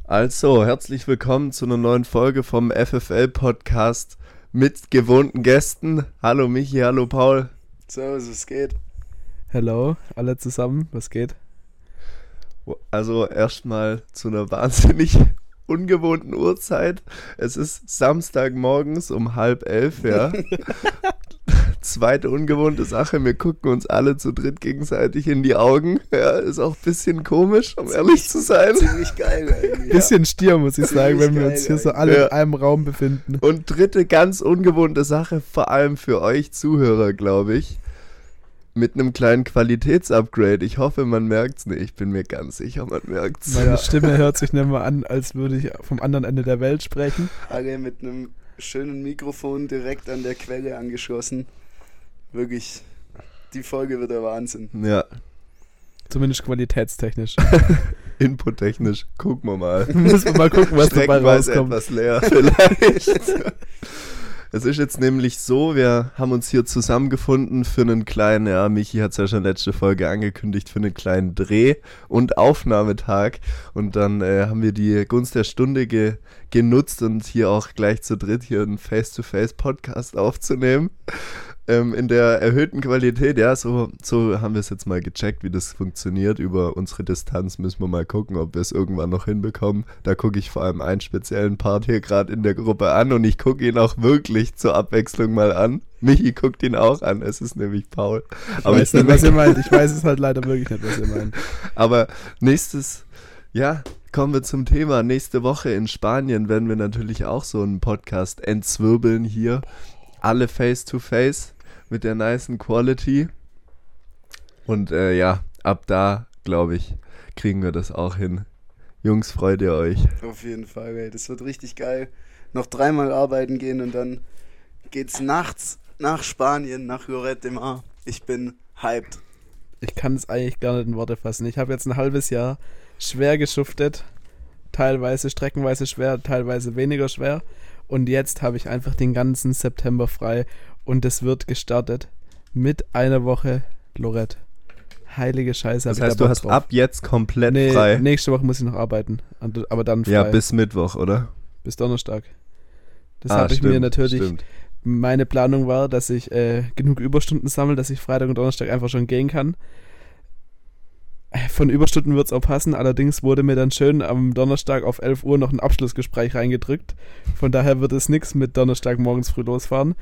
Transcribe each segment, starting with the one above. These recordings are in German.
Also, herzlich willkommen zu einer neuen Folge vom FFL-Podcast mit gewohnten Gästen. Hallo Michi, hallo Paul. Servus, was geht? Hello, alle zusammen, was geht? Also erstmal zu einer wahnsinnig ungewohnten Uhrzeit. Es ist Samstagmorgens um 10:30, ja. Zweite ungewohnte Sache, wir gucken uns alle zu dritt gegenseitig in die Augen. Ja, ist auch ein bisschen komisch, um ehrlich zu sein. Ziemlich geil eigentlich. Bisschen Stier, muss ich sagen, wenn wir geil, uns hier so alle ja. in einem Raum befinden. Und dritte ganz ungewohnte Sache, vor allem für euch Zuhörer, glaube ich, mit einem kleinen Qualitätsupgrade. Ich hoffe, man merkt es nicht. Ich bin mir ganz sicher, man merkt es. Meine Stimme hört sich nicht mehr an, als würde ich vom anderen Ende der Welt sprechen. Alle mit einem schönen Mikrofon direkt an der Quelle angeschlossen. Wirklich, die Folge wird der Wahnsinn. Ja, Zumindest qualitätstechnisch. inputtechnisch. Gucken wir mal. Müssen wir mal gucken, was dabei Streckenweise rauskommt. etwas leer vielleicht. Es ist jetzt nämlich so, wir haben uns hier zusammengefunden für einen kleinen, ja, Michi hat es ja schon letzte Folge angekündigt, für einen kleinen Dreh- und Aufnahmetag. Und dann haben wir die Gunst der Stunde genutzt und hier auch gleich zu dritt hier einen Face-to-Face-Podcast aufzunehmen. In der erhöhten Qualität, ja, so haben wir es jetzt mal gecheckt, wie das funktioniert. Über unsere Distanz müssen wir mal gucken, ob wir es irgendwann noch hinbekommen. Da gucke ich vor allem einen speziellen Part hier gerade in der Gruppe an und ich gucke ihn auch wirklich zur Abwechslung mal an. Michi guckt ihn auch an, es ist nämlich Paul. Ich weiß nicht, was ihr meint. Ich weiß es halt leider wirklich nicht, was ihr meint. Aber kommen wir zum Thema. Nächste Woche in Spanien werden wir natürlich auch so einen Podcast entzwirbeln hier. Alle face-to-face. Mit der nicen Quality. Und ab da, glaube ich, kriegen wir das auch hin. Jungs, freut ihr euch? Auf jeden Fall, ey. Das wird richtig geil. Noch 3-mal arbeiten gehen und dann geht's nachts nach Spanien, nach Lloret de Mar. Ich bin hyped. Ich kann es eigentlich gar nicht in Worte fassen. Ich habe jetzt ein halbes Jahr schwer geschuftet. Teilweise streckenweise schwer, teilweise weniger schwer. Und jetzt habe ich einfach den ganzen September frei. Und es wird gestartet mit einer Woche Lorette. Heilige Scheiße. Das heißt, du hast ab jetzt komplett frei? Nächste Woche muss ich noch arbeiten, aber dann frei. Ja, bis Mittwoch, oder? Bis Donnerstag. Das habe ich mir natürlich... Stimmt. Meine Planung war, dass ich genug Überstunden sammle, dass ich Freitag und Donnerstag einfach schon gehen kann. Von Überstunden wird es auch passen, allerdings wurde mir dann schön am Donnerstag auf 11 Uhr noch ein Abschlussgespräch reingedrückt. Von daher wird es nichts mit Donnerstag morgens früh losfahren.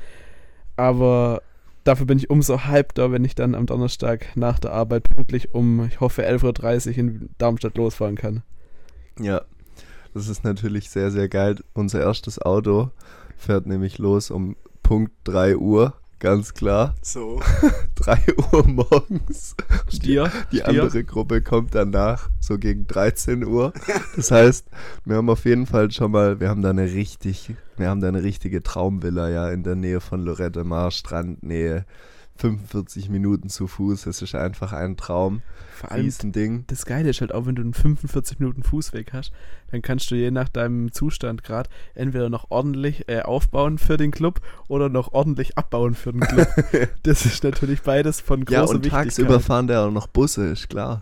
Aber dafür bin ich umso hypter, wenn ich dann am Donnerstag nach der Arbeit pünktlich um, ich hoffe, 11:30 Uhr in Darmstadt losfahren kann. Ja, das ist natürlich sehr, sehr geil. Unser erstes Auto fährt nämlich los um Punkt 3 Uhr, ganz klar. So. 3 Uhr morgens. Stier. Die andere Gruppe kommt danach, so gegen 13 Uhr. Das heißt, wir haben auf jeden Fall schon mal, wir haben da eine richtige Traumvilla, ja, in der Nähe von Lloret de Mar, Strandnähe, 45 Minuten zu Fuß, das ist einfach ein Traum. Vor allem Ding. das Geile ist halt auch, wenn du einen 45 Minuten Fußweg hast, dann kannst du je nach deinem Zustand gerade entweder noch ordentlich aufbauen für den Club oder noch ordentlich abbauen für den Club. Das ist natürlich beides von großer Wichtigkeit. Ja, und tagsüber fahren da auch noch Busse, ist klar.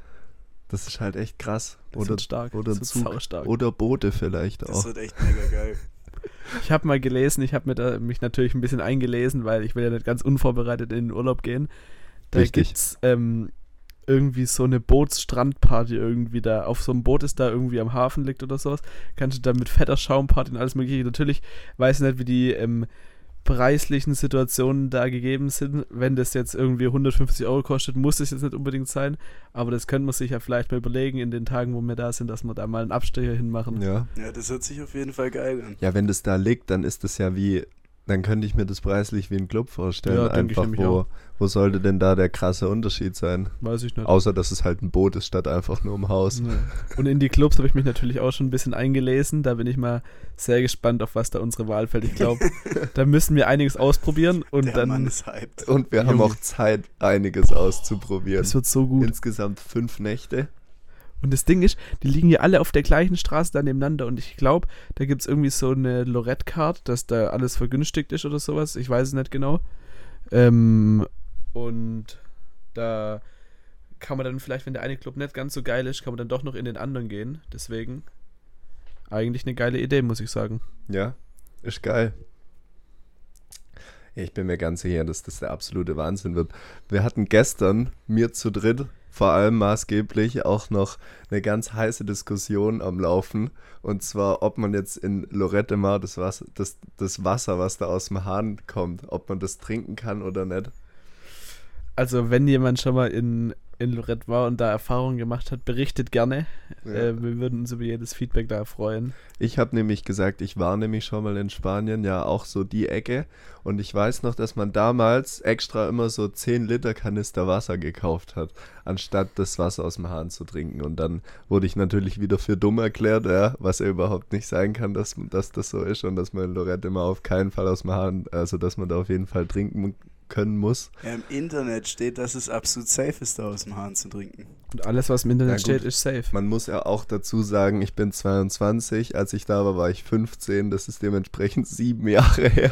Das ist halt echt krass. Das wird stark. Oder das wird saustark. Oder Boote vielleicht auch. Das wird echt mega geil. Ich habe mal gelesen, ich habe mich natürlich ein bisschen eingelesen, weil ich will ja nicht ganz unvorbereitet in den Urlaub gehen. Da Richtig. gibt's irgendwie so eine Bootsstrandparty irgendwie da. Auf so einem Boot, das da irgendwie am Hafen liegt oder sowas. Kannst du da mit fetter Schaumparty und alles mögliche. Natürlich weiß ich nicht, wie die preislichen Situationen da gegeben sind. Wenn das jetzt irgendwie 150 Euro kostet, muss es jetzt nicht unbedingt sein. Aber das könnte man sich ja vielleicht mal überlegen in den Tagen, wo wir da sind, dass wir da mal einen Abstecher hinmachen. Ja. Ja, das hört sich auf jeden Fall geil an. Ja, wenn das da liegt, dann ist das ja dann könnte ich mir das preislich wie ein Club vorstellen. Ja, denke ich einfach, nämlich auch. wo sollte denn da der krasse Unterschied sein? Weiß ich nicht. Außer, dass es halt ein Boot ist, statt einfach nur im Haus. Ja. Und in die Clubs habe ich mich natürlich auch schon ein bisschen eingelesen. Da bin ich mal sehr gespannt, auf was da unsere Wahl fällt. Ich glaube, da müssen wir einiges ausprobieren. Und Der Mann dann ist hyped. Und wir haben auch Zeit, einiges auszuprobieren. das wird so gut. Insgesamt 5 Nächte. Und das Ding ist, die liegen ja alle auf der gleichen Straße da nebeneinander. Und ich glaube, da gibt es irgendwie so eine Lorette-Card, dass da alles vergünstigt ist oder sowas. Ich weiß es nicht genau. Und da kann man dann vielleicht, wenn der eine Club nicht ganz so geil ist, kann man dann doch noch in den anderen gehen. Deswegen eigentlich eine geile Idee, muss ich sagen. Ja, ist geil. Ja, ich bin mir ganz sicher, dass das der absolute Wahnsinn wird. Wir hatten gestern, mir zu dritt, vor allem maßgeblich, auch noch eine ganz heiße Diskussion am Laufen. Und zwar, ob man jetzt in Lorette Mar das Wasser, was da aus dem Hahn kommt, ob man das trinken kann oder nicht. Also wenn jemand schon mal in Lorette war und da Erfahrungen gemacht hat, berichtet gerne. Ja. Wir würden uns über jedes Feedback da freuen. Ich habe nämlich gesagt, ich war nämlich schon mal in Spanien, ja auch so die Ecke. Und ich weiß noch, dass man damals extra immer so 10 Liter Kanister Wasser gekauft hat, anstatt das Wasser aus dem Hahn zu trinken. Und dann wurde ich natürlich wieder für dumm erklärt, ja, was ja überhaupt nicht sein kann, dass das so ist und dass man in Lorette immer auf keinen Fall aus dem Hahn, also dass man da auf jeden Fall trinken können muss. Ja, im Internet steht, dass es absolut safe ist, da aus dem Hahn zu trinken. Und alles, was im Internet Ja, gut. steht, ist safe. Man muss ja auch dazu sagen, ich bin 22, als ich da war ich 15, das ist dementsprechend 7 Jahre her.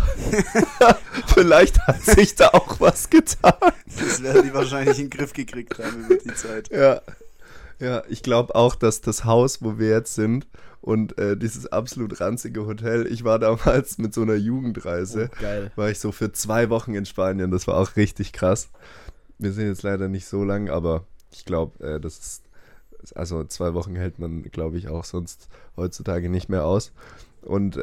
Vielleicht hat sich da auch was getan. Das werden die wahrscheinlich in den Griff gekriegt haben über die Zeit. Ja, ich glaube auch, dass das Haus, wo wir jetzt sind und dieses absolut ranzige Hotel, ich war damals mit so einer Jugendreise, Geil. war ich so für 2 Wochen in Spanien, das war auch richtig krass. Wir sind jetzt leider nicht so lang, aber ich glaube, also 2 Wochen hält man, glaube ich, auch sonst heutzutage nicht mehr aus. Und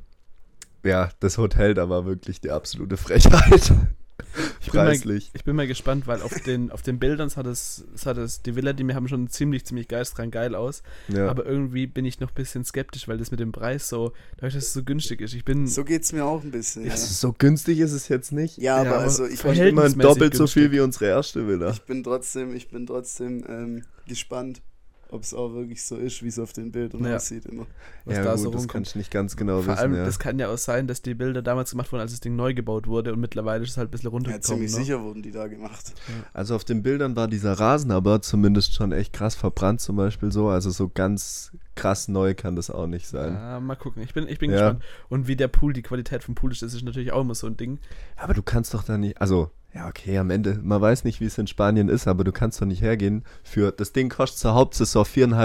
ja, das Hotel, da war wirklich die absolute Frechheit. Preislich. Ich bin mal gespannt, weil auf den Bildern sah die Villa, die wir haben, schon ziemlich geisteskrank geil aus. Ja. Aber irgendwie bin ich noch ein bisschen skeptisch, weil das mit dem Preis dadurch, dass es so günstig ist. So geht's mir auch ein bisschen. Ja, Also so günstig ist es jetzt nicht. ja aber aber also ich verhält- Immerhin verhältnismäßig doppelt so viel günstig. wie unsere erste Villa. Ich bin trotzdem gespannt, ob es auch wirklich so ist, wie es auf den Bildern Ja. aussieht immer. Was Ja da gut, so das rumkommt. kann ich nicht ganz genau Vor wissen. allem, Ja. das kann ja auch sein, dass die Bilder damals gemacht wurden, als das Ding neu gebaut wurde und mittlerweile ist es halt ein bisschen Ja, runtergekommen. ziemlich ne? sicher wurden die da gemacht. Also auf den Bildern war dieser Rasen aber zumindest schon echt krass verbrannt zum Beispiel so. Also so ganz krass neu kann das auch nicht sein. Ja, mal gucken. Ich bin Ja. gespannt. Und wie der Pool, die Qualität vom Pool ist, das ist natürlich auch immer so ein Ding. Aber du kannst doch da nicht, also ja okay, am Ende, man weiß nicht, wie es in Spanien ist, aber du kannst doch nicht hergehen für, das Ding kostet zur Hauptsaison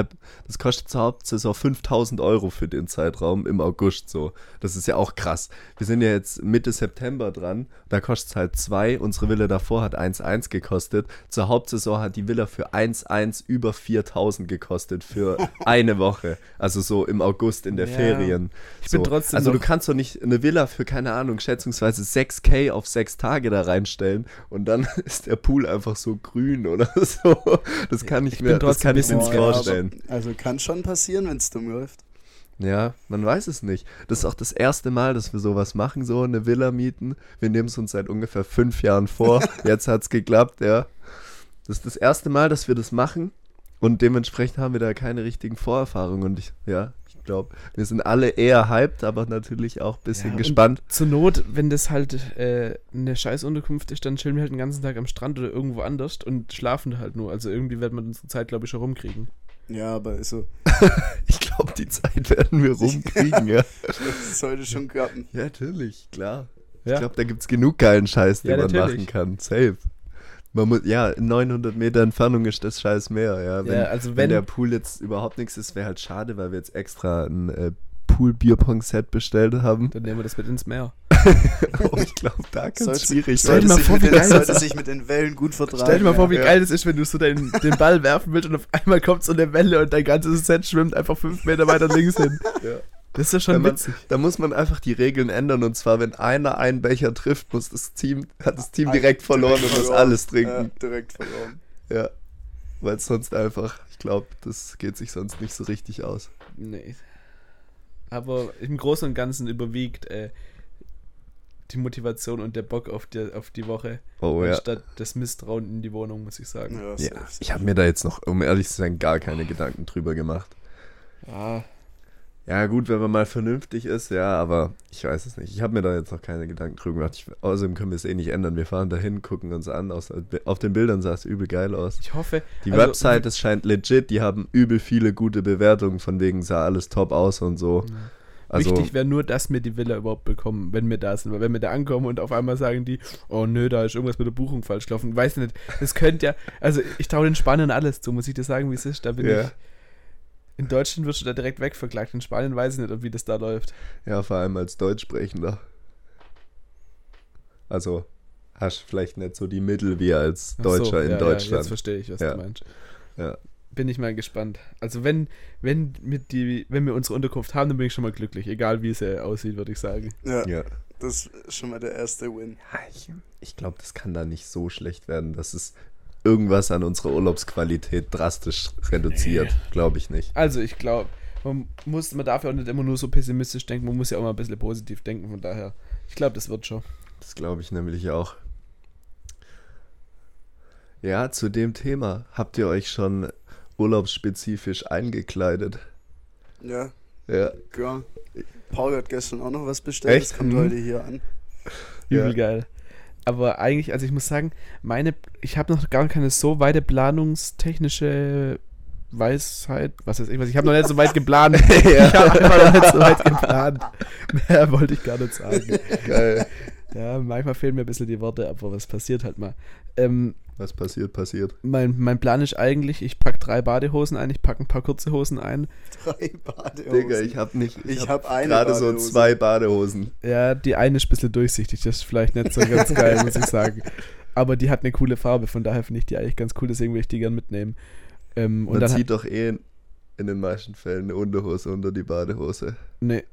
5.000 Euro für den Zeitraum im August so. Das ist ja auch krass. Wir sind ja jetzt Mitte September dran, da kostet es halt 2, unsere Villa davor hat 1,1 gekostet. Zur Hauptsaison hat die Villa für 1,1 über 4.000 gekostet für eine Woche. Also so im August in der Ja. Ferien. Ich bin So. trotzdem Also du noch- kannst doch nicht eine Villa für, keine Ahnung, schätzungsweise 6.000 auf 6 Tage da reinstellen und dann ist der Pool einfach so grün oder so. Das kann ich Ich mir, bin das trotzdem kann ein ich mir bisschen nicht skeptisch. vorstellen. Also kann schon passieren, wenn es dumm läuft. Ja, man weiß es nicht. Das ist auch das erste Mal, dass wir sowas machen, so eine Villa mieten. Wir nehmen es uns seit ungefähr 5 Jahren vor. Jetzt hat es geklappt, ja. Das ist das erste Mal, dass wir das machen und dementsprechend haben wir da keine richtigen Vorerfahrungen und ich glaube, wir sind alle eher hyped, aber natürlich auch ein bisschen Ja, und gespannt. Zur Not, wenn das halt eine Scheißunterkunft ist, dann chillen wir halt den ganzen Tag am Strand oder irgendwo anders und schlafen halt nur. Also irgendwie wird man unsere Zeit, glaube ich, schon rumkriegen. Ja, aber also, Ich glaube, die Zeit werden wir rumkriegen, ja. das sollte schon klappen. Ja, natürlich, klar. Ja. Ich glaube, da gibt es genug geilen Scheiß, den Ja, man natürlich. machen kann. Safe. Man muss, ja, in 900 Meter Entfernung ist das Scheiß mehr, ja. Wenn, Ja, also wenn wenn- der Pool jetzt überhaupt nichts ist, wäre halt schade, weil wir jetzt extra ein Pool-Bierpong-Set bestellt haben. Dann nehmen wir das mit ins Meer. Oh, ich glaube, da kann es schwierig Stell dir sein. mal vor, wie geil das sollte ist. sich mit den Wellen gut vertragen. Stell dir mal vor, wie Ja. geil das ist, wenn du so den Ball werfen willst und auf einmal kommt so eine Welle und dein ganzes Set schwimmt einfach 5 Meter weiter links hin. Ja. Das ist ja schon Wenn man, witzig. da muss man einfach die Regeln ändern und zwar, wenn einer einen Becher trifft, hat das Team direkt verloren und muss alles Ja, trinken. direkt verloren. Ja, weil es sonst einfach, ich glaube, das geht sich sonst nicht so richtig aus. Nee. Aber im Großen und Ganzen überwiegt die Motivation und der Bock auf die Woche, Oh ja. anstatt das Misstrauen in die Wohnung, muss ich sagen. Ja, Ja, safe. ich habe mir da jetzt noch, um ehrlich zu sein, gar keine Gedanken drüber gemacht. Ja, Ja gut, wenn man mal vernünftig ist, ja, aber ich weiß es nicht. Ich habe mir da jetzt noch keine Gedanken drüber gemacht. Außerdem können wir es eh nicht ändern. Wir fahren dahin, gucken uns an. Auf den Bildern sah es übel geil aus. ich hoffe. Die also, Website, es scheint legit, die haben übel viele gute Bewertungen, von wegen sah alles top aus und so. Also, Wichtig wäre nur, dass wir die Villa überhaupt bekommen, wenn wir da sind. Weil wenn wir da ankommen und auf einmal sagen die, oh nö, da ist irgendwas mit der Buchung falsch gelaufen. Weiß nicht. Das könnte ja, also ich traue den Spaniern alles zu, muss ich dir sagen, wie es ist. Da bin Ja. ich. In Deutschland wirst du da direkt wegverklagt. In Spanien weiß ich nicht, wie das da läuft. Ja, vor allem als Deutschsprechender. Also hast vielleicht nicht so die Mittel wie als Deutscher in Deutschland. Ja, jetzt verstehe ich, was du meinst. Ja. Bin ich mal gespannt. Also wenn wir unsere Unterkunft haben, dann bin ich schon mal glücklich. Egal wie sie aussieht, würde ich sagen. Ja. Das ist schon mal der erste Win. Ja, ich glaube, das kann da nicht so schlecht werden, dass es irgendwas an unserer Urlaubsqualität drastisch reduziert. Glaube ich nicht. Also ich glaube, man darf ja auch nicht immer nur so pessimistisch denken, man muss ja auch mal ein bisschen positiv denken, von daher, ich glaube, das wird schon. Das glaube ich nämlich auch. Ja, zu dem Thema, habt ihr euch schon urlaubsspezifisch eingekleidet? Ja. Ja. Klar. Paul hat gestern auch noch was bestellt, Echt? das kommt heute hier an. Übel geil. Aber eigentlich, also ich muss sagen, ich habe noch gar keine so weite planungstechnische Weisheit, was weiß ich, ich habe noch nicht so weit geplant. Ich habe einfach noch nicht so weit geplant. Mehr wollte ich gar nicht sagen. Geil. Ja, manchmal fehlen mir ein bisschen die Worte, aber was passiert halt mal. Was passiert? Mein Plan ist eigentlich, ich packe 3 Badehosen ein, ich packe ein paar kurze Hosen ein. 3 Badehosen. Digga, ich habe eine gerade so Badehose. 2 Badehosen. Ja, die eine ist ein bisschen durchsichtig, das ist vielleicht nicht so ganz geil, muss ich sagen. Aber die hat eine coole Farbe, von daher finde ich die eigentlich ganz cool, deswegen will ich die gern mitnehmen. Und Man dann zieht doch in den meisten Fällen eine Unterhose unter die Badehose. Nee,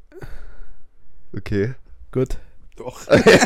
Okay. gut. Doch.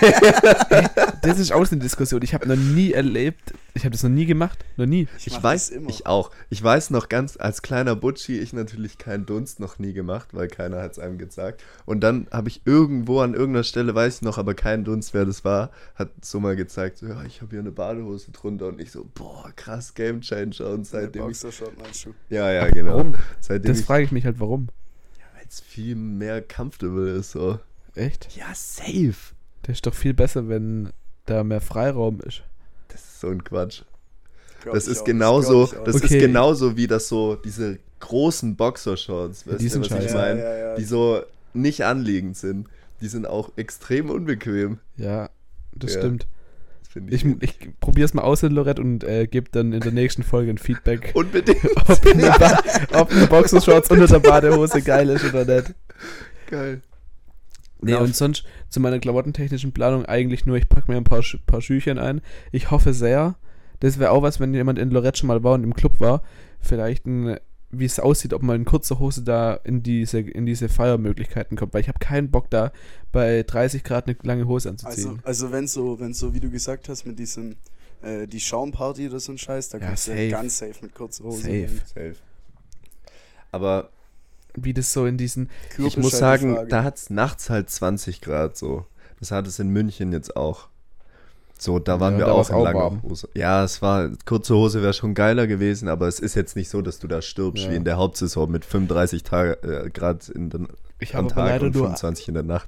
Das ist auch so eine Diskussion. Ich habe noch nie erlebt, ich habe das noch nie gemacht, noch nie. Ich weiß, ich auch. Ich weiß noch ganz, als kleiner Butschi, ich natürlich keinen Dunst noch nie gemacht, weil keiner hat es einem gesagt. Und dann habe ich irgendwo an irgendeiner Stelle, weiß ich noch, aber kein Dunst, wer das war, hat so mal gezeigt, so, ja, ich habe hier eine Badehose drunter und ich so, boah, krass, Gamechanger. Und seitdem Boxershort meinst du? Ja, genau. Warum? Seitdem Das frage ich mich halt, warum. weil es viel mehr comfortable ist, so. Echt? Ja, safe. Das ist doch viel besser, wenn da mehr Freiraum ist. Das ist so ein Quatsch. Glaub Das ich ist auch. genauso, Glaub ich auch. das Okay. ist genauso wie das so, diese großen Boxershorts, weißt Die du, sind was ich scheiße. meine? Ja. Die so nicht anliegend sind. Die sind auch extrem unbequem. Ja, das Ja. stimmt. Das finde Ich probiere es mal aus in Lorette und gebe dann in der nächsten Folge ein Feedback, unbedingt. ob eine Boxershorts unter der Badehose geil ist oder nicht. Geil. Nee, und sonst zu meiner klamottentechnischen Planung eigentlich nur, ich packe mir ein paar Schüchchen ein. Ich hoffe sehr, das wäre auch was, wenn jemand in Lorette schon mal war und im Club war, vielleicht wie es aussieht, ob man in kurzer Hose da in diese Feiermöglichkeiten kommt, weil ich habe keinen Bock da bei 30 Grad eine lange Hose anzuziehen. Also wenn so, wie du gesagt hast, mit diesem die Schaumparty oder so ein Scheiß, da Ja, kommst du safe. ganz safe mit kurzer Hose Safe. rein. Safe. Aber Wie das so in diesen... ich muss sagen, da hat es nachts halt 20 Grad so. Das hat es in München jetzt auch. So, da waren Ja, wir da auch war's in auch langer warm. Hose. Ja, kurze Hose wäre schon geiler gewesen, aber es ist jetzt nicht so, dass du da stirbst, Ja. wie in der Hauptsaison mit 35 Grad Ich am habe aber Tag leider und nur... 25 in der Nacht.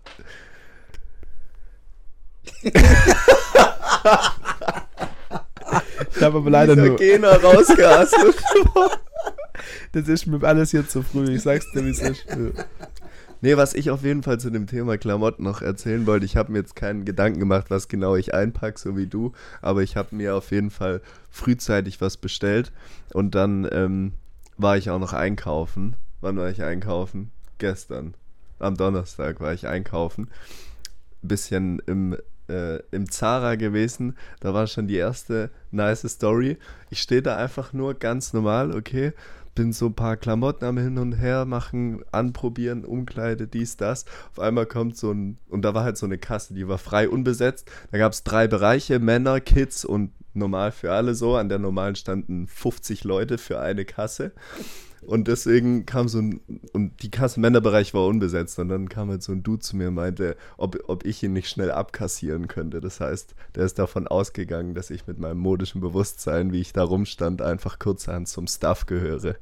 Ich habe aber leider nur... Gena rausgeastet. Das ist mir alles hier zu früh, ich sag's dir, wie es ist. Nee, was ich auf jeden Fall zu dem Thema Klamotten noch erzählen wollte, ich habe mir jetzt keinen Gedanken gemacht, was genau ich einpacke, so wie du, aber ich habe mir auf jeden Fall frühzeitig was bestellt und dann war ich auch noch einkaufen. Wann war ich einkaufen? Gestern. Am Donnerstag war ich einkaufen. Bisschen im Zara gewesen, da war schon die erste nice Story. Ich stehe da einfach nur ganz normal, okay, bin so ein paar Klamotten am Hin und Her machen, anprobieren, Umkleide, dies, das. Auf einmal kommt und da war halt so eine Kasse, die war frei unbesetzt. Da gab es 3 Bereiche, Männer, Kids und normal für alle so. An der normalen standen 50 Leute für eine Kasse. Und deswegen kam und die Kasse im Männerbereich war unbesetzt. Und dann kam halt so ein Dude zu mir und meinte, ob ich ihn nicht schnell abkassieren könnte. Das heißt, der ist davon ausgegangen, dass ich mit meinem modischen Bewusstsein, wie ich da rumstand, einfach kurzerhand zum Staff gehöre.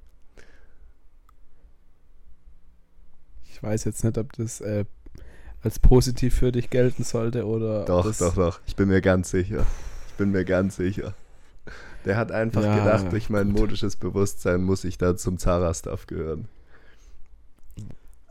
Ich weiß jetzt nicht, ob das als positiv für dich gelten sollte oder... Doch. Ich bin mir ganz sicher. Der hat einfach Ja, gedacht, durch mein modisches Bewusstsein muss ich da zum Zara-Staff gehören.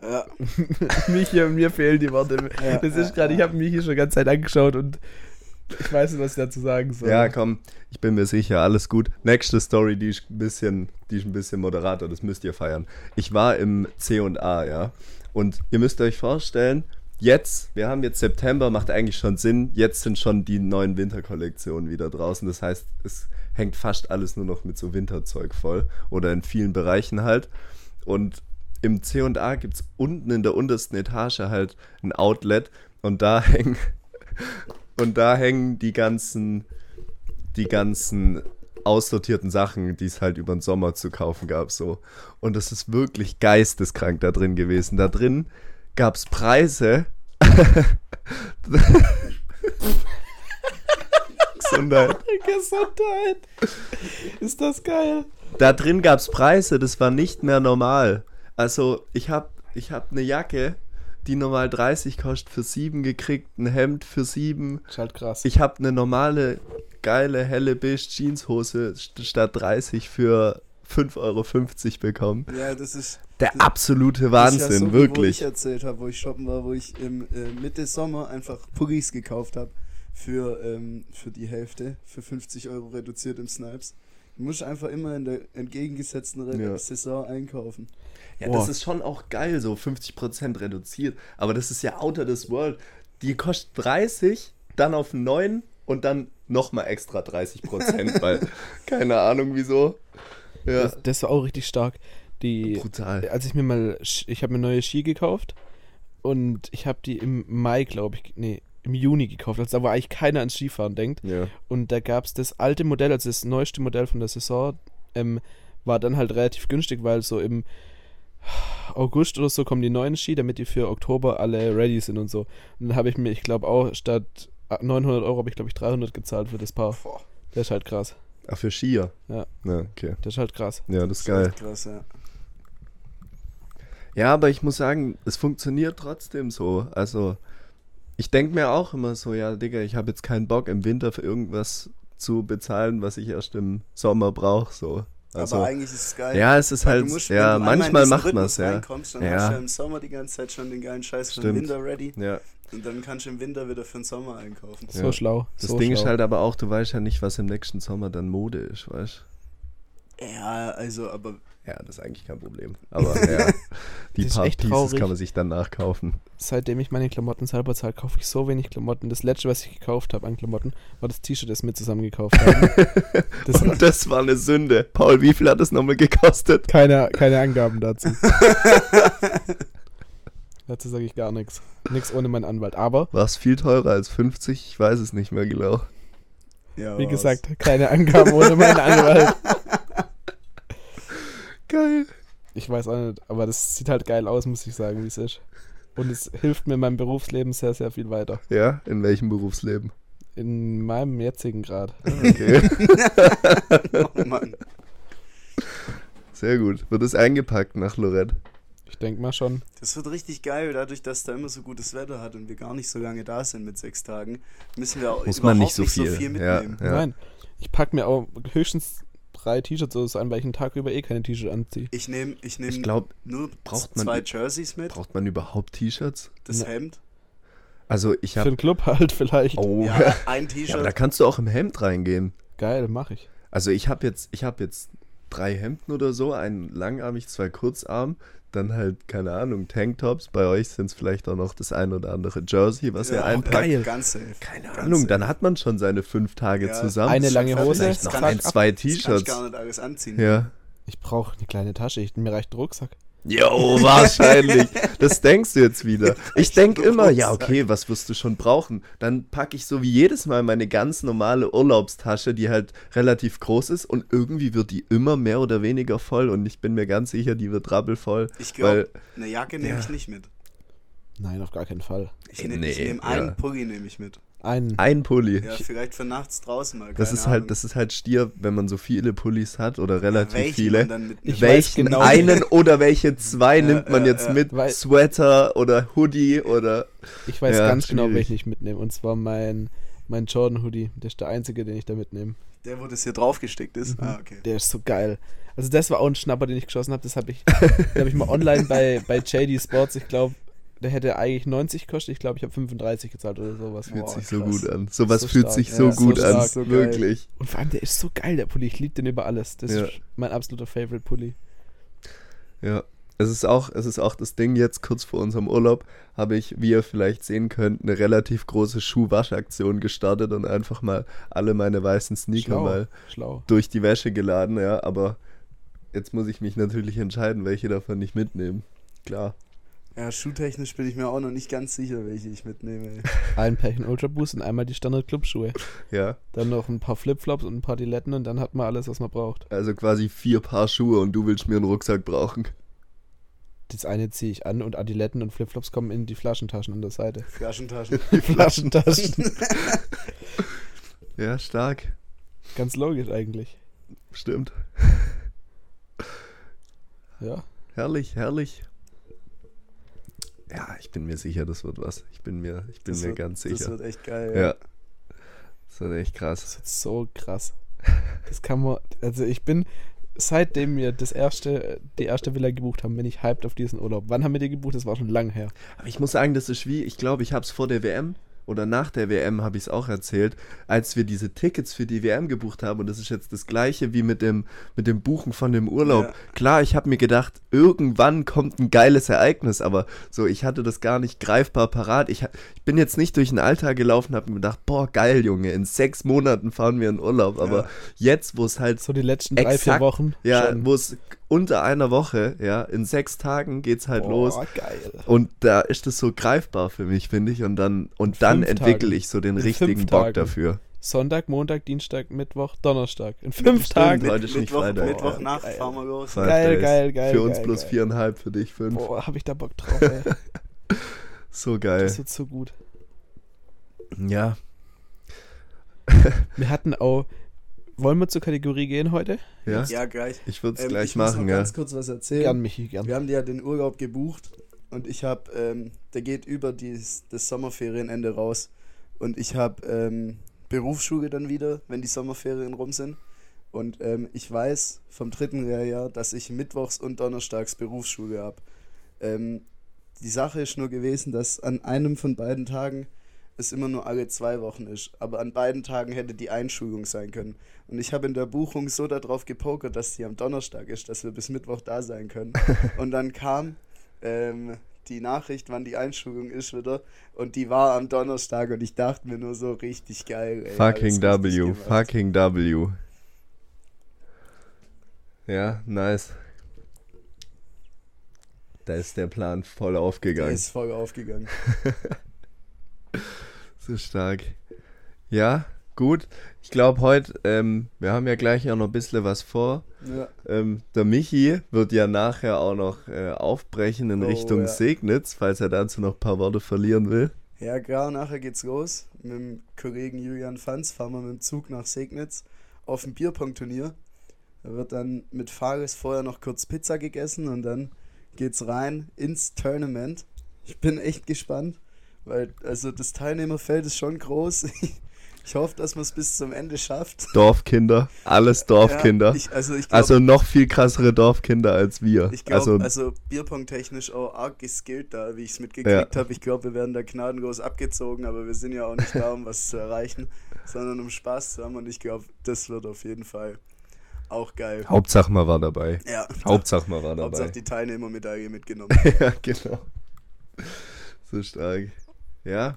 Ja. Mir fehlen die Worte. Ja, Das ist gerade, ich habe mich hier schon die ganze Zeit angeschaut und Ich weiß nicht, was ich dazu sagen soll. Ja, komm, ich bin mir sicher, alles gut. Nächste Story, die ist ein bisschen moderater, das müsst ihr feiern. Ich war im C&A, ja, und ihr müsst euch vorstellen, wir haben jetzt September, macht eigentlich schon Sinn, jetzt sind schon die neuen Winterkollektionen wieder draußen, das heißt, es hängt fast alles nur noch mit so Winterzeug voll oder in vielen Bereichen halt. Und im C&A gibt es unten in der untersten Etage halt ein Outlet und da hängen die ganzen aussortierten Sachen, die es halt über den Sommer zu kaufen gab, so. Und das ist wirklich geisteskrank da drin gewesen. Da drin gab es Preise. Gesundheit. Ist das geil? Da drin gab es Preise, das war nicht mehr normal. Also ich hab eine Jacke, die normal 30 kostet, für 7 gekriegt, ein Hemd für 7. Ist halt krass. Ich habe eine normale, geile, helle beige Jeanshose statt 30 für 5,50 Euro bekommen. Ja, das ist der absolute das ist Wahnsinn, ja so, wirklich. Wo ich erzählt habe, wo ich shoppen war, wo ich im Mitte Sommer einfach Pullis gekauft habe für die Hälfte, für 50 Euro reduziert im Snipes. Du musst einfach immer in der entgegengesetzten Saison einkaufen. Ja, das ist schon auch geil, so 50% reduziert. Aber das ist ja out of this world. Die kostet 30, dann auf 9 und dann nochmal extra 30%, weil keine Ahnung wieso. Ja. Das war auch richtig stark. Brutal. Als ich habe mir neue Ski gekauft und ich habe die im Mai, glaube ich, im Juni gekauft, also da wo eigentlich keiner ans Skifahren denkt. Ja. Und da gab es das alte Modell, also das neueste Modell von der Saison, war dann halt relativ günstig, weil so im August oder so kommen die neuen Ski, damit die für Oktober alle ready sind und so. Und dann habe ich mir, ich glaube auch, statt 900 Euro habe ich, glaube ich, 300 gezahlt für das Paar. Boah. Das ist halt krass. Ach, für Skier? Ja. Ja, okay. Das ist halt krass. Ja, das ist geil. echt krass, ja. Ja, aber ich muss sagen, es funktioniert trotzdem so. Also, ich denke mir auch immer so, ja, Digga, ich habe jetzt keinen Bock im Winter für irgendwas zu bezahlen, was ich erst im Sommer brauche, so. Also, aber eigentlich ist es geil. ja, es ist weil halt, du musst, ja, wenn du einmal manchmal in diesen macht man Rhythmus es, ja. reinkommst, dann Ja. hast du ja im Sommer die ganze Zeit schon den geilen Scheiß für den Stimmt. Winter ready. Ja. Und dann kannst du im Winter wieder für den Sommer einkaufen. So Ja. schlau. Das so Ding schlau. ist halt aber auch, du weißt ja nicht, was im nächsten Sommer dann Mode ist, weißt Ja, also, aber du? Ja, das ist eigentlich kein Problem. Aber ja, die Das ist paar echt Pieces traurig. kann man sich dann nachkaufen. Seitdem ich meine Klamotten selber zahle, kaufe ich so wenig Klamotten. Das letzte, was ich gekauft habe an Klamotten, war das T-Shirt, das wir zusammen gekauft haben. Und das war eine Sünde. Paul, wie viel hat das nochmal gekostet? Keine Angaben dazu. Dazu sage ich gar nichts. Nichts ohne meinen Anwalt. Aber, War es viel teurer als 50? Ich weiß es nicht mehr genau. ja, wie war's. gesagt, keine Angaben ohne meinen Anwalt. Geil. Ich weiß auch nicht, aber das sieht halt geil aus, muss ich sagen, wie es ist. Und es hilft mir in meinem Berufsleben sehr, sehr viel weiter. Ja, in welchem Berufsleben? In meinem jetzigen Grad. Okay, Oh Mann. sehr gut. Wird es eingepackt nach Lorette? Ich denke mal schon. Das wird richtig geil, dadurch, dass da immer so gutes Wetter hat und wir gar nicht so lange da sind mit 6 Tagen, müssen wir auch Muss man nicht überhaupt so viel. mitnehmen. Ja. Nein, ich packe mir auch höchstens 3 T-Shirts oder so an, weil ich einen Tag über keine T-Shirt anziehe. Ich nehme Ich glaube, nur braucht man- 2 Jerseys mit, braucht man überhaupt T-Shirts? das Ja. Hemd. Also ich Für habe... den Club halt vielleicht. Oh, Ja, ein ja, aber da T-Shirt. kannst du auch im Hemd reingehen. Geil, mache ich. Also ich habe jetzt 3 Hemden oder so, einen langarmig, 2 kurzarm, dann halt, keine Ahnung, Tanktops. Bei euch sind es vielleicht auch noch das ein oder andere Jersey, was ihr einpackt. geil. Ganz safe. Keine Ganz Ahnung, safe. dann hat man schon seine 5 Tage Ja. zusammen. Eine lange fertig. Hose, Vielleicht noch zack, ein, ab. 2 Das kann ich T-Shirts. gar nicht alles anziehen. Ja. Ich brauche eine kleine Tasche. Mir reicht ein Rucksack. Jo, wahrscheinlich. Das denkst du jetzt wieder. Ich denke nur immer, ja, Rucksack. okay, was wirst du schon brauchen? Dann packe ich so wie jedes Mal meine ganz normale Urlaubstasche, die halt relativ groß ist und irgendwie wird die immer mehr oder weniger voll und ich bin mir ganz sicher, die wird rappelvoll. Ich Weil, glaube, eine Jacke nehme ich nicht mit. Nein, auf gar keinen Fall. Ich Nee, nehme ja. einen Pulli nehme ich mit. ein Pulli. Ja, vielleicht für nachts draußen mal. Das keine ist halt, Ahnung. das ist halt Stier, wenn man so viele Pullis hat oder relativ Welchen viele. man dann mitnimmt. Ich weiß Welchen genau- einen oder welche 2 nimmt man jetzt mit? Weil- Sweater oder Hoodie oder... Ich weiß Ja, ganz genau, schwierig. welchen ich mitnehme. Und zwar mein Jordan Hoodie. Der ist der einzige, den ich da mitnehme. Der, wo das hier draufgestickt ist? Mhm. Ah, okay. Der ist so geil. Also das war auch ein Schnapper, den ich geschossen habe. Den habe ich mal online bei JD Sports, ich glaube, der hätte eigentlich 90 gekostet. Ich glaube, ich habe 35 gezahlt oder sowas. Fühlt Boah, sich so krass. gut an. Sowas So fühlt stark. sich so Ja, gut so an. stark, so geil. Wirklich. Und vor allem, der ist so geil, der Pulli. Ich liebe den über alles. Das Ja. ist mein absoluter Favorite-Pulli. Ja. Es ist auch das Ding jetzt, kurz vor unserem Urlaub, habe ich, wie ihr vielleicht sehen könnt, eine relativ große Schuhwaschaktion gestartet und einfach mal alle meine weißen Sneaker mal Schlau. durch die Wäsche geladen, ja, aber jetzt muss ich mich natürlich entscheiden, welche davon ich mitnehme. Klar. Ja, schuhtechnisch bin ich mir auch noch nicht ganz sicher, welche ich mitnehme. Ey. Ein Pärchen Ultra Boost und einmal die Standard-Club-Schuhe. Ja, Dann noch ein paar Flipflops und ein paar Diletten und dann hat man alles, was man braucht. also quasi 4 Paar Schuhe und du willst mir einen Rucksack brauchen. Das eine ziehe ich an und Adiletten und Flipflops kommen in die Flaschentaschen an der Seite. Flaschentaschen. Die Flaschentaschen. Ja, stark. Ganz logisch eigentlich. Stimmt. Ja. Herrlich, herrlich. Ja, ich bin mir sicher, das wird was. Ich bin mir ganz Das sicher. wird echt geil. Ja. Das wird echt krass. Das ist so krass. Das kann man, also ich bin, seitdem wir die erste Villa gebucht haben, bin ich hyped auf diesen Urlaub. Wann haben wir die gebucht? Das war schon lange her. Aber ich muss sagen, das ist wie, ich glaube, ich habe es vor der WM oder nach der WM habe ich es auch erzählt, als wir diese Tickets für die WM gebucht haben und das ist jetzt das gleiche wie mit dem Buchen von dem Urlaub. Ja. Klar, ich habe mir gedacht, irgendwann kommt ein geiles Ereignis, aber so, ich hatte das gar nicht greifbar parat. Ich bin jetzt nicht durch den Alltag gelaufen, habe mir gedacht, boah, geil, Junge, in 6 Monaten fahren wir in Urlaub, aber jetzt, wo es halt So die letzten 3-4 Exakt, Wochen. ja, schon. wo es unter einer Woche, ja, in 6 Tagen geht's halt los. Geil. Und da ist es so greifbar für mich, finde ich. Und dann 5 entwickle Tagen. ich so den In richtigen 5 Bock Tagen. dafür. Sonntag, Montag, Dienstag, Mittwoch, Donnerstag. In 5 Tagen. Heute ist nicht Freitag. Mittwochnacht Geil. fahren wir los. 5 Geil, Days. geil, geil, Für uns geil, plus geil. 4,5, für dich 5. Boah, hab ich da Bock drauf, ey. So geil. Das wird so gut. Ja. Wir hatten auch. Wollen wir zur Kategorie gehen heute? Ja. Ja, gleich. Ich würde es Ich gleich muss noch machen, ja. ganz kurz was erzählen. Gern, Michi, gern. Wir haben ja den Urlaub gebucht und ich habe, der geht über das Sommerferienende raus und ich habe Berufsschule dann wieder, wenn die Sommerferien rum sind und ich weiß vom 3. Lehrjahr, dass ich mittwochs und donnerstags Berufsschule habe. Die Sache ist nur gewesen, dass an einem von beiden Tagen es immer nur alle 2 Wochen ist, aber an beiden Tagen hätte die Einschulung sein können. Und ich habe in der Buchung so darauf gepokert, dass die am Donnerstag ist, dass wir bis Mittwoch da sein können. Und dann kam die Nachricht, wann die Einschulung ist wieder und die war am Donnerstag und ich dachte mir nur so richtig geil. Ey, Fucking alles richtig W. gemacht. Fucking W. Ja, nice. Da ist der Plan voll Der aufgegangen. ist voll aufgegangen. So stark. Ja, gut. Ich glaube heute, wir haben ja gleich auch noch ein bisschen was vor. Ja. Der Michi wird ja nachher auch noch aufbrechen in Oh, Richtung ja. Segnitz, falls er dazu noch ein paar Worte verlieren will. Ja, klar, nachher geht's los. Mit dem Kollegen Julian Fanz fahren wir mit dem Zug nach Segnitz auf ein Bierpong-Turnier. Da wird dann mit Fares vorher noch kurz Pizza gegessen und dann geht's rein ins Tournament. Ich bin echt gespannt, weil also das Teilnehmerfeld ist schon groß. Ich hoffe, dass man es bis zum Ende schafft. Dorfkinder, alles Dorfkinder. Ja, ich glaub, also noch viel krassere Dorfkinder als wir. ich glaube, also, also Bierpong-technisch auch arg geskillt da, wie ich es mitgekriegt habe. Ich glaube, wir werden da gnadenlos abgezogen, aber wir sind ja auch nicht da, um was zu erreichen, sondern um Spaß zu haben und ich glaube, das wird auf jeden Fall auch geil. Hauptsache man war dabei. Ja, Hauptsache man war dabei. Hauptsache die Teilnehmermedaille mitgenommen. Ja, genau. So stark. Ja.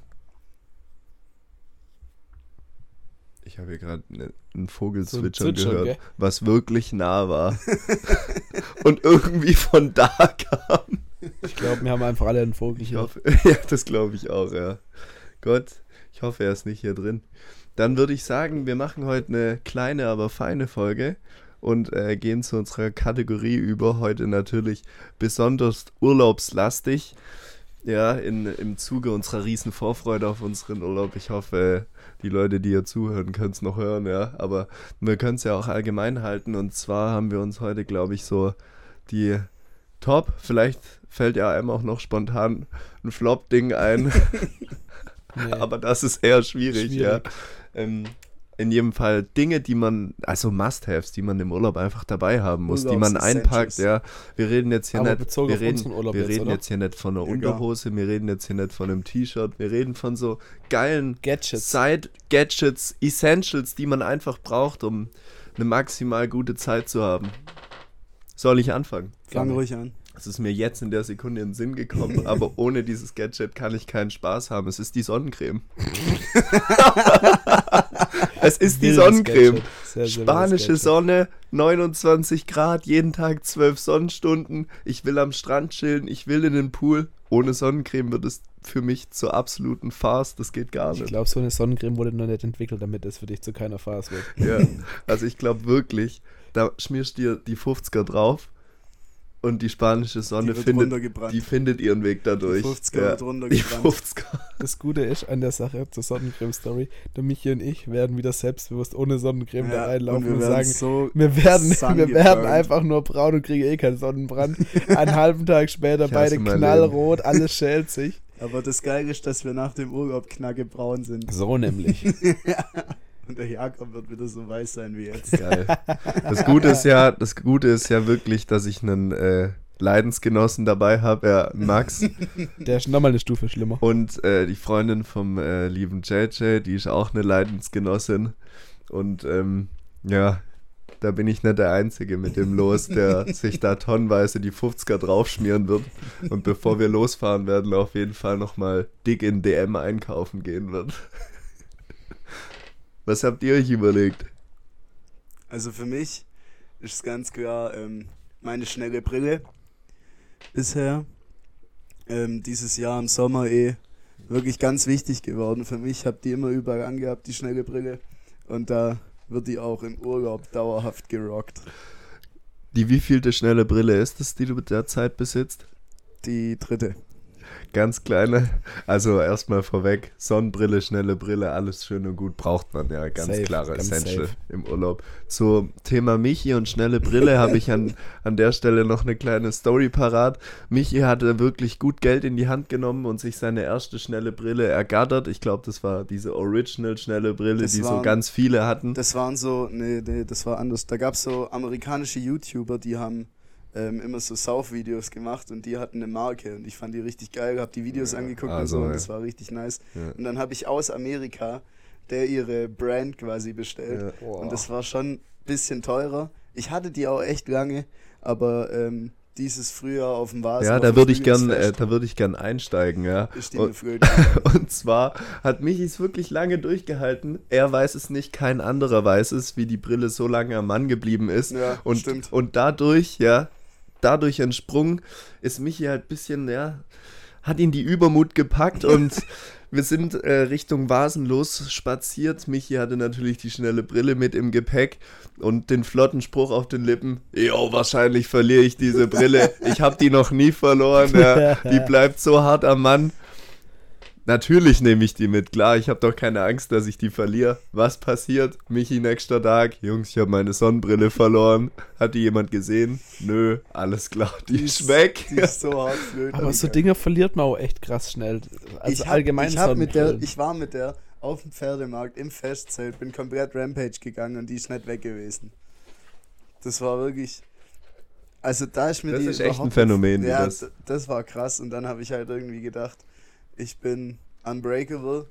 Ich habe hier gerade einen Vogel So ein zwitschern Zwitschern, gehört, gell? was wirklich nah war. Und irgendwie von da kam. Ich glaube, wir haben einfach alle einen Vogel Ich hier. hoffe, ja, das glaube ich auch, ja. Gott, ich hoffe, er ist nicht hier drin. Dann würde ich sagen, wir machen heute eine kleine, aber feine Folge und gehen zu unserer Kategorie über. Heute natürlich besonders urlaubslastig. Ja, im Zuge unserer riesen Vorfreude auf unseren Urlaub. Ich hoffe, die Leute, die hier zuhören, können es noch hören, ja. Aber wir können es ja auch allgemein halten. Und zwar haben wir uns heute, glaube ich, so die Top, vielleicht fällt ja einem auch noch spontan ein Flop-Ding ein. Nee. Aber das ist eher schwierig, ja. in jedem Fall Dinge, die man, also Must-Haves, die man im Urlaub einfach dabei haben muss, die man Urlaubs-Essentials. einpackt, ja. Wir reden jetzt hier Aber nicht, bezogen wir auf reden, unseren Urlaub wir jetzt, reden oder? jetzt hier nicht von einer Egal. Unterhose, wir reden jetzt hier nicht von einem T-Shirt, wir reden von so geilen Gadgets. Side-Gadgets, Essentials, die man einfach braucht, um eine maximal gute Zeit zu haben. Soll ich anfangen? Fang ruhig an. Es ist mir jetzt in der Sekunde in den Sinn gekommen, aber ohne dieses Gadget kann ich keinen Spaß haben. Es ist die Sonnencreme. Es ist die Wildes Sonnencreme. Gadget. Sehr, sehr Spanische wildes Gadget. Sonne, 29 Grad, jeden Tag 12 Sonnenstunden. Ich will am Strand chillen, ich will in den Pool. Ohne Sonnencreme wird es für mich zur absoluten Farce. Das geht gar Ich nicht. glaube, so eine Sonnencreme wurde noch nicht entwickelt, damit es für dich zu keiner Farce wird. Ja, also ich glaube wirklich, da schmierst du dir die 50er drauf und die spanische Sonne Die wird findet, runtergebrannt. die findet ihren Weg dadurch. Die 50er wird die runtergebrannt. 50er. Das Gute ist an der Sache zur Sonnencreme-Story, der Michi und ich werden wieder selbstbewusst ohne Sonnencreme da reinlaufen und sagen, so wir werden sungeburnt. einfach nur braun und kriegen eh keinen Sonnenbrand. Einen halben Tag später Ich hasse beide mein knallrot, alles schält sich. Aber das Geile ist, dass wir nach dem Urlaub knackebraun sind. So nämlich. Und der Jakob wird wieder so weiß sein wie jetzt. Geil. Das Gute ist ja wirklich, dass ich einen Leidensgenossen dabei habe, ja, Max. Der ist nochmal eine Stufe schlimmer. Und die Freundin vom lieben JJ, die ist auch eine Leidensgenossin. Und ja, da bin ich nicht der Einzige mit dem Los, der sich da tonnenweise die 50er draufschmieren wird. Und bevor wir losfahren werden, auf jeden Fall nochmal dick in DM einkaufen gehen wird. Was habt ihr euch überlegt? Also für mich ist ganz klar meine schnelle Brille bisher. Dieses Jahr im Sommer wirklich ganz wichtig geworden für mich. Ich habe die immer überall angehabt, die schnelle Brille. Und da wird die auch im Urlaub dauerhaft gerockt. Die wievielte schnelle Brille ist es, die du derzeit besitzt? Die dritte. Ganz kleine. Also erstmal vorweg, Sonnenbrille, schnelle Brille, alles schön und gut, braucht man ja, ganz Safe, klare ganz Essential safe. im Urlaub. Zum Thema Michi und schnelle Brille habe ich an der Stelle noch eine kleine Story parat. Michi hatte wirklich gut Geld in die Hand genommen und sich seine erste schnelle Brille ergattert. Ich glaube, das war diese Original schnelle Brille, Das die so waren- ganz viele hatten. Das waren so, nee, das war anders. Da gab es so amerikanische YouTuber, die haben immer so Saufvideos gemacht und die hatten eine Marke und ich fand die richtig geil, habe die Videos angeguckt und also, so und ja. das war richtig nice. Ja. Und dann habe ich aus Amerika ihre Brand quasi bestellt Ja. und das war schon ein bisschen teurer. Ich hatte die auch echt lange, aber dieses Frühjahr auf dem Vasen. Ja, auf da dem würde ich gern, Frühlingsfest gern einsteigen, ja. ist die Und- mir früher gegangen. Und zwar hat Michis wirklich lange durchgehalten. Er weiß es nicht, kein anderer weiß es, wie die Brille so lange am Mann geblieben ist. Ja, und, stimmt. und dadurch entsprungen, ist Michi halt ein bisschen, ja, hat ihn die Übermut gepackt und wir sind Richtung Vasen los spaziert. Michi hatte natürlich die schnelle Brille mit im Gepäck und den flotten Spruch auf den Lippen: Jo, wahrscheinlich verliere ich diese Brille. Ich habe die noch nie verloren. Ja. Die bleibt so hart am Mann. Natürlich nehme ich die mit, klar, ich habe doch keine Angst, dass ich die verliere. Was passiert? Michi nächster Tag: Jungs, ich habe meine Sonnenbrille verloren. Hat die jemand gesehen? Nö, alles klar, die ist weg. Die ist so hart flöten. Aber so Dinge verliert man auch echt krass schnell. Also ich allgemein ich war mit der auf dem Pferdemarkt im Festzelt, bin komplett Rampage gegangen und die ist nicht weg gewesen. Das war wirklich, also da ist mir Das die ist echt ein überhaupt- Phänomen, wie Ja, das- das war krass und dann habe ich halt irgendwie gedacht, ich bin unbreakable.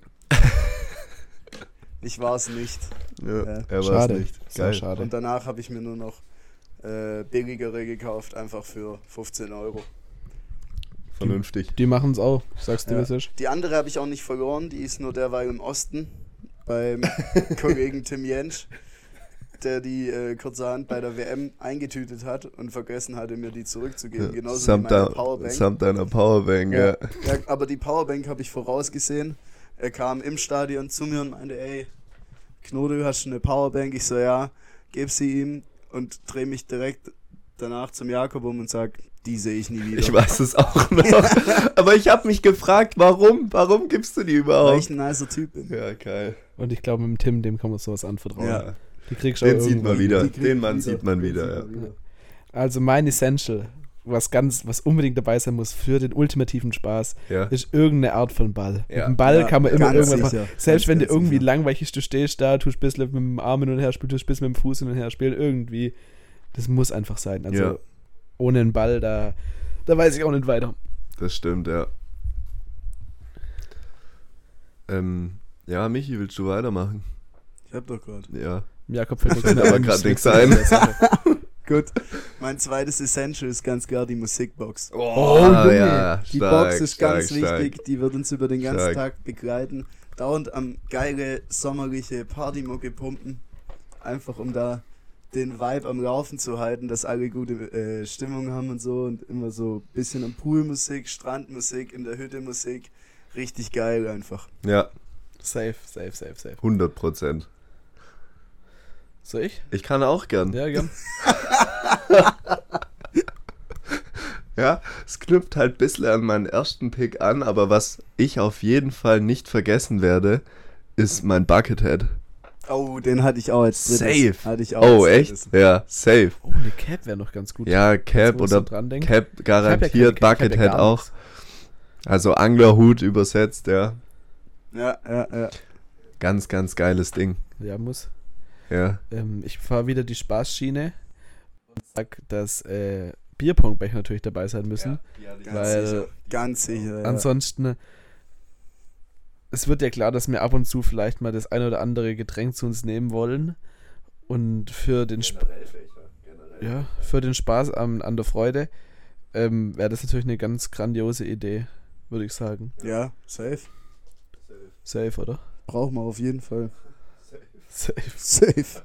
Ich war es nicht. Ja, Ja. er war es Schade. nicht. Sehr Geil. schade. Und danach habe ich mir nur noch billigere gekauft, einfach für 15 €. Vernünftig. Die machen es auch, sagst du, Ja. was ist? Die andere habe ich auch nicht verloren, die ist nur derweil im Osten beim Kollegen Tim Jentsch, der die kurzerhand bei der WM eingetütet hat und vergessen hatte, mir die zurückzugeben. Genauso Samt, wie meine da, Powerbank. samt deiner Powerbank, ja. Ja, aber die Powerbank habe ich vorausgesehen. Er kam im Stadion zu mir und meinte, ey, Knote, hast du eine Powerbank? Ich so, ja, geb sie ihm und drehe mich direkt danach zum Jakob um und sag, die sehe ich nie wieder. Ich weiß es auch noch. Aber ich habe mich gefragt, warum? Warum gibst du die Weil überhaupt? ich ein nicer Typ bin. Ja, geil. Und ich glaube, mit dem Tim, dem kann man sowas anvertrauen. Ja. Die kriegst du Den auch sieht man irgendwann. wieder. Die kriegt Den Mann man sieht man Den wieder, sieht ja. man Also mein Essential was unbedingt dabei sein muss für den ultimativen Spaß, Ja. ist irgendeine Art von Ball. Ja. Mit dem Ball Ja, kann man immer ganz irgendwas sicher. machen. Selbst wenn Ganz du irgendwie sicher. langweilig ist, du stehst da, tust ein bisschen mit dem Arm hin und her spielen, tust ein bisschen mit dem Fuß hin und her spielen, irgendwie. Das muss einfach sein. Also Ja. ohne einen Ball, da weiß ich auch nicht weiter. Das stimmt, ja. Ja, Michi, willst du weitermachen? Ich hab doch gerade. Ja. Jakob fällt Fällt aber grad nichts ein. Gut. Mein zweites Essential ist ganz klar die Musikbox. Oh, Junge. ja, Die stark, Box ist stark, ganz stark. wichtig, die wird uns über den ganzen Stark. Tag begleiten. Dauernd am geile, sommerliche Partymucke pumpen. Einfach um da den Vibe am Laufen zu halten, dass alle gute Stimmung haben und so. Und immer so ein bisschen am Poolmusik, Strandmusik, in der Hütte Musik. Richtig geil einfach. Ja, Safe. 100%. Soll ich? Ich kann auch gern. Ja, gern. Ja, es knüpft halt ein bisschen an meinen ersten Pick an, aber was ich auf jeden Fall nicht vergessen werde, ist mein Buckethead. Oh, den hatte ich auch als drittes. Safe. Hatte ich auch Oh, als echt? drittes. Ja, safe. Oh, eine Cap wäre noch ganz gut. Ja, Cap Jetzt, wo ich so oder dran denk. Cap Ich hab ja garantiert, keine Cap, ich hab ja Buckethead gar auch. nichts. Also Anglerhut übersetzt, ja. Ja. Ganz, ganz geiles Ding. Ja, muss. Ja. Ich fahre wieder die Spaßschiene und sag, dass Bierpongbecher natürlich dabei sein müssen. Ganz Weil sicher. Ganz sicher. Ja. Ansonsten, es wird ja klar, dass wir ab und zu vielleicht mal das eine oder andere Getränk zu uns nehmen wollen. Und für den, für den Spaß an der Freude wäre das natürlich eine ganz grandiose Idee, würde ich sagen. Ja, safe. Safe, oder? Brauchen wir auf jeden Fall. Safe. Safe.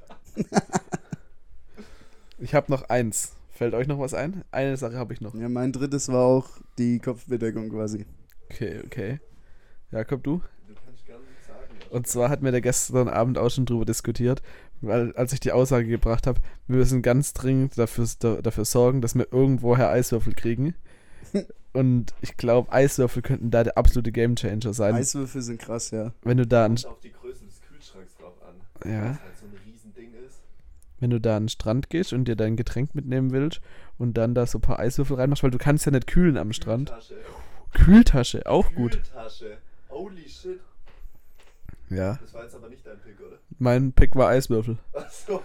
Ich habe noch eins. Fällt euch noch was ein? Eine Sache habe ich noch. Ja, mein drittes war auch die Kopfbedeckung quasi. Okay. Jakob, du? Und zwar hat mir der gestern Abend auch schon drüber diskutiert, weil als ich die Aussage gebracht habe, wir müssen ganz dringend dafür sorgen, dass wir irgendwoher Eiswürfel kriegen. Und ich glaube, Eiswürfel könnten da der absolute Gamechanger sein. Eiswürfel sind krass, ja. Wenn du da auf die Größe des Kühlschranks drauf an. Ja. Weil es halt so ein Riesending ist. wenn du da an den Strand gehst und dir dein Getränk mitnehmen willst und dann da so ein paar Eiswürfel reinmachst, weil du kannst ja nicht kühlen am Strand. Kühltasche, auch gut. Kühltasche. Holy shit. Ja. Das war jetzt aber nicht dein Pick, oder? Mein Pick war Eiswürfel. Achso.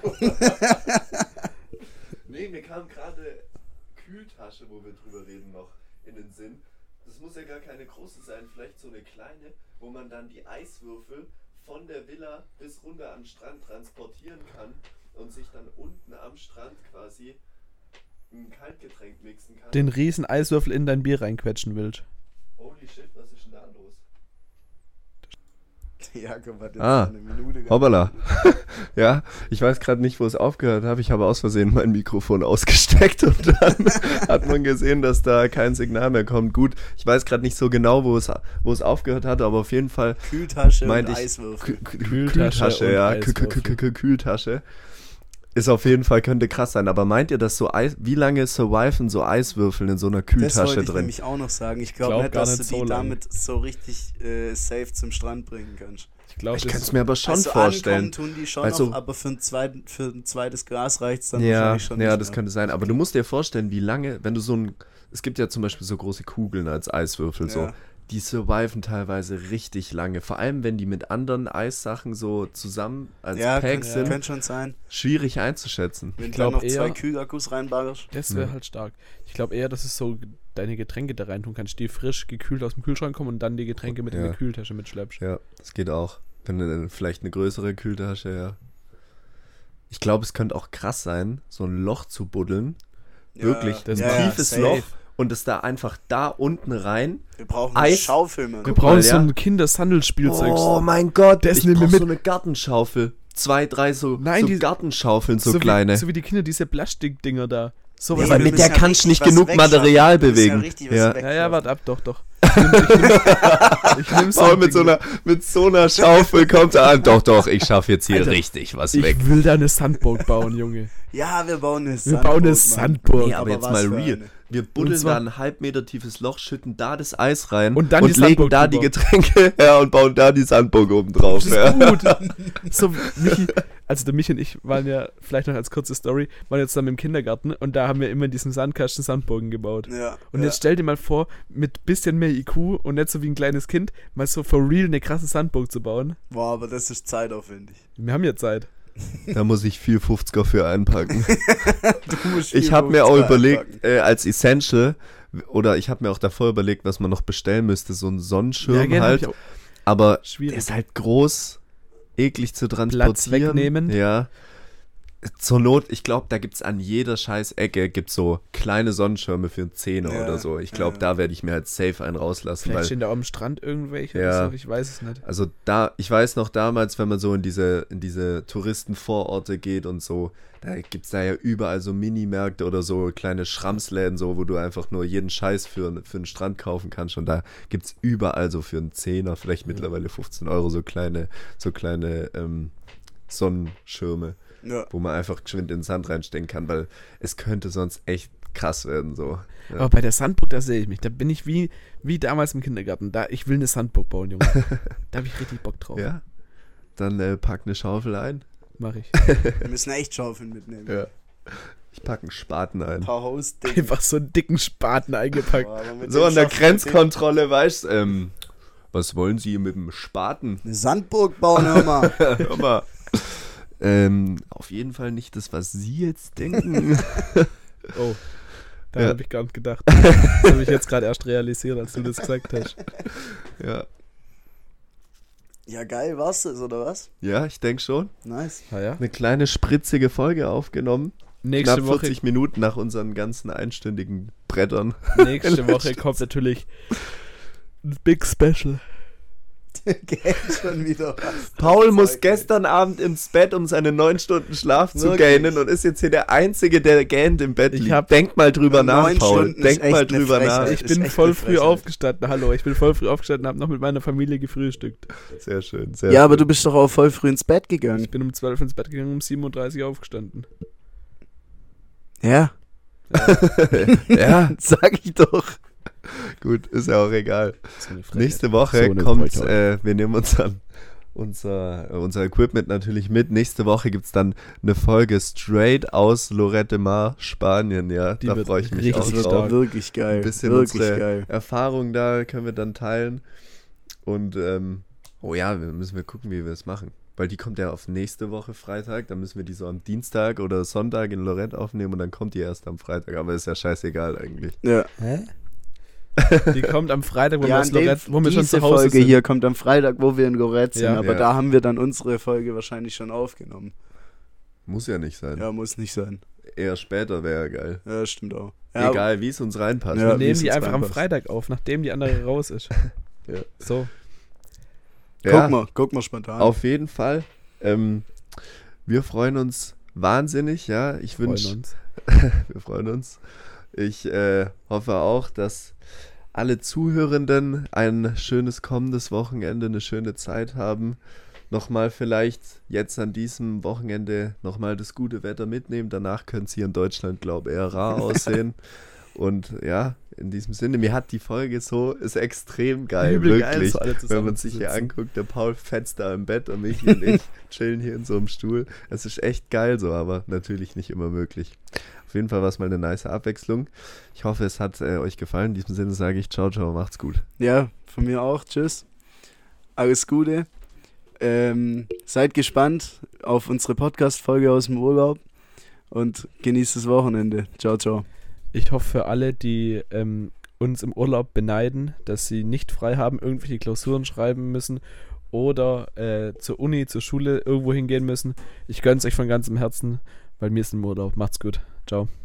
Nee, mir kam gerade Kühltasche, wo wir drüber reden, noch in den Sinn. Das muss ja gar keine große sein, vielleicht so eine kleine, wo man dann die Eiswürfel von der Villa bis runter an den Strand transportieren kann und sich dann unten am Strand quasi ein Kaltgetränk mixen kann. Den riesen Eiswürfel in dein Bier reinquetschen willst. Holy shit, was ist denn da los? Jakob hat jetzt Ah, eine Minute gehabt. Hoppala. Ja, ich weiß gerade nicht, wo es aufgehört hat. Ich habe aus Versehen mein Mikrofon ausgesteckt und dann hat man gesehen, dass da kein Signal mehr kommt. Gut, ich weiß gerade nicht so genau, wo es aufgehört hat, aber auf jeden Fall Kühltasche meinte und ich Eiswürfel. Kühltasche und ja. Eiswürfel. Kühltasche. Ist auf jeden Fall, könnte krass sein. Aber meint ihr, dass so wie lange surviven so Eiswürfel in so einer Das Kühltasche wollte ich drin? nämlich auch noch sagen. Ich glaube Glaub nicht, gar dass nicht du die so lang. damit so richtig safe zum Strand bringen kannst. Ich glaube, Ich kann es mir aber schon Also vorstellen. ankommen tun die schon Also- noch, aber für ein zweites Glas reicht es dann Ja, wahrscheinlich schon ja, nicht das mehr. könnte sein. Aber du musst dir vorstellen, wie lange, wenn du es gibt ja zum Beispiel so große Kugeln als Eiswürfel, so. Ja. Die surviven teilweise richtig lange. Vor allem, wenn die mit anderen Eissachen so zusammen als Ja, Pack könnte sind. schon sein. Schwierig einzuschätzen. Wenn du glaub dann noch zwei eher- Kühlakkus reinballerst. das wäre Ja. halt stark. Ich glaube eher, dass es so deine Getränke da rein tun kannst, die frisch gekühlt aus dem Kühlschrank kommen und dann die Getränke mit in Ja. die Kühltasche mitschleppst. Ja, das geht auch. Wenn du vielleicht eine größere Kühltasche, ja. Ich glaube, es könnte auch krass sein, so ein Loch zu buddeln. Wirklich, das ein ist tiefes safe. Loch und es da einfach da unten rein. Wir brauchen eine Eis- Schaufel, Mann. Wir Guck brauchen mal, so ja. ein Kindersandelspielzeug. Oh mein Gott, Das ich nehmen wir brauch mit. so eine Gartenschaufel. 2, 3 so, Nein, so die- Gartenschaufeln, so so kleine. so wie die Kinder, diese Plastikdinger da. So Nee, was aber wir mit müssen der ja kannst du richtig nicht was genug wegschaffen. Material Wir müssen ja bewegen. richtig was Ja. wegschaffen. Ja, warte ab, doch. Ich nehm so Paul ein mit Ding so einer Schaufel kommt er an. Doch, ich schaffe jetzt hier Alter, richtig was weg. Ich will da eine Sandburg bauen, Junge. Ja, wir bauen eine Wir bauen eine Mann. Sandburg. Nee, aber jetzt was mal für real. eine. Wir buddeln zwar- da ein halbmeter tiefes Loch, schütten da das Eis rein Und dann die legen Sandburg da die drüber. Getränke her und bauen da die Sandburg oben drauf. Das Ja. ist gut. So, Michi, also der Michi und ich waren ja, vielleicht noch als kurze Story, waren jetzt zusammen im Kindergarten und da haben wir immer in diesem Sandkasten Sandburgen gebaut. Ja. Und jetzt stell dir mal vor, mit bisschen mehr IQ und nicht so wie ein kleines Kind, mal so for real eine krasse Sandburg zu bauen. Boah, aber das ist zeitaufwendig. Wir haben ja Zeit. Da muss ich viel 50er für einpacken. Du musst Ich viel habe mir auch 50er überlegt, einpacken. als Essential, oder ich habe mir auch davor überlegt, was man noch bestellen müsste, so ein Sonnenschirm gell, hab halt. ich auch. Aber der Schwierig. ist halt groß, eklig zu transportieren. wegnehmen. Ja. Zur Not, ich glaube, da gibt es an jeder scheiß Ecke so kleine Sonnenschirme für einen Zehner Ja, oder so. Ich glaube, ja. da werde ich mir halt safe einen rauslassen. Vielleicht Weil, stehen da am Strand irgendwelche Ja. oder so, ich weiß es nicht. also da, ich weiß noch damals, wenn man so in diese Touristenvororte geht und so, da gibt es da ja überall so Minimärkte oder so kleine Schramsläden, so, wo du einfach nur jeden Scheiß für einen Strand kaufen kannst. Und da gibt es überall so für einen Zehner, vielleicht mittlerweile 15 Euro, so kleine Sonnenschirme, Ja. wo man einfach geschwind in den Sand reinstecken kann, weil es könnte sonst echt krass werden, so. Ja. Aber bei der Sandburg, da sehe ich mich. Da bin ich wie damals im Kindergarten. Ich will eine Sandburg bauen, Junge. Da habe ich richtig Bock drauf. Ja, dann pack eine Schaufel ein. Mach ich. Wir müssen echt Schaufeln mitnehmen. Ja. Ich packe einen Spaten ein. Ein paar Hausdinge. Einfach so einen dicken Spaten eingepackt. Boah, aber mit So dem an der schaffen wir Grenzkontrolle, weißt du, was wollen Sie mit dem Spaten? Eine Sandburg bauen, hör mal. Hör mal. Auf jeden Fall nicht das, was Sie jetzt denken. Oh, da Ja. habe ich gar nicht gedacht. Das habe ich jetzt gerade erst realisiert, als du das gesagt hast. Ja. Ja, geil, war's das, oder was? Ja, ich denke schon. Nice. Ja. Eine kleine spritzige Folge aufgenommen. Nächste Knapp Woche 40 Minuten nach unseren ganzen einstündigen Brettern. Nächste Woche kommt natürlich ein Big Special. Geht schon wieder was. Paul muss Zeug, gestern Abend ins Bett, um seine 9 Stunden Schlaf zu Wirklich? gähnen und ist jetzt hier der Einzige, der gähnt im Bett Ich liegt. hab- Denk mal drüber nach, 9 Paul. Stunden ist Denk echt mal eine drüber nach. Frechheit. Ich ist bin echt voll eine früh Frechheit. aufgestanden. Hallo, ich bin voll früh aufgestanden, habe noch mit meiner Familie gefrühstückt. Sehr schön, sehr Ja, aber schön. du bist doch auch voll früh ins Bett gegangen. Ich bin um 12 ins Bett gegangen, um 7.30 Uhr aufgestanden. Ja, Ja, sag ich doch. gut, ist ja auch egal. So eine Frechheit. Nächste Woche So eine kommt, Frechheit. wir nehmen uns dann unser Equipment natürlich mit. Nächste Woche gibt es dann eine Folge straight aus Lorette Mar, Spanien, ja. Die Da wird freue ich mich richtig auch Das wird drauf. auch wirklich geil. Ein bisschen wirklich unsere geil. Erfahrung da können wir dann teilen. Und, oh ja, müssen wir gucken, wie wir es machen. Weil die kommt ja auf nächste Woche Freitag. Dann müssen wir die so am Dienstag oder Sonntag in Lorette aufnehmen und dann kommt die erst am Freitag. Aber ist ja scheißegal eigentlich. Ja. Die kommt am Freitag, wo wir, Ja, aus Lorette, wo wir schon diese zu Hause Folge sind. hier kommt am Freitag, wo wir in Lorette sind, Ja. aber Ja. da haben wir dann unsere Folge wahrscheinlich schon aufgenommen. Muss ja nicht sein. Ja, muss nicht sein. Eher später wäre ja geil. Ja, stimmt auch. Ja, Egal, wie es uns reinpasst. Ja, Wir wie nehmen es die uns einfach am reinpasst. Freitag auf, nachdem die andere raus ist. Ja. So. Ja, Guck mal spontan. auf jeden Fall. Wir freuen uns wahnsinnig, ja. Ich Freuen wünsche, uns. wir freuen uns. Ich hoffe auch, dass alle Zuhörenden ein schönes kommendes Wochenende, eine schöne Zeit haben. Nochmal vielleicht jetzt an diesem Wochenende nochmal das gute Wetter mitnehmen. Danach könnte es hier in Deutschland, glaube ich, eher rar aussehen. Und ja, in diesem Sinne, mir hat die Folge so, ist extrem geil, Übel geil, wirklich. so alle Wenn man sich hier zusammenzusitzen. anguckt, der Paul fetzt da im Bett und Michi und ich chillen hier in so einem Stuhl. Es ist echt geil so, aber natürlich nicht immer möglich. Auf jeden Fall war es mal eine nice Abwechslung. Ich hoffe, es hat euch gefallen. In diesem Sinne sage ich ciao, ciao, macht's gut. Ja, von mir auch. Tschüss. Alles Gute. Seid gespannt auf unsere Podcast-Folge aus dem Urlaub und genießt das Wochenende. Ciao, ciao. Ich hoffe für alle, die uns im Urlaub beneiden, dass sie nicht frei haben, irgendwelche Klausuren schreiben müssen oder zur Uni, zur Schule irgendwo hingehen müssen. Ich gönn's euch von ganzem Herzen, weil mir ist im Urlaub. Macht's gut. Ciao.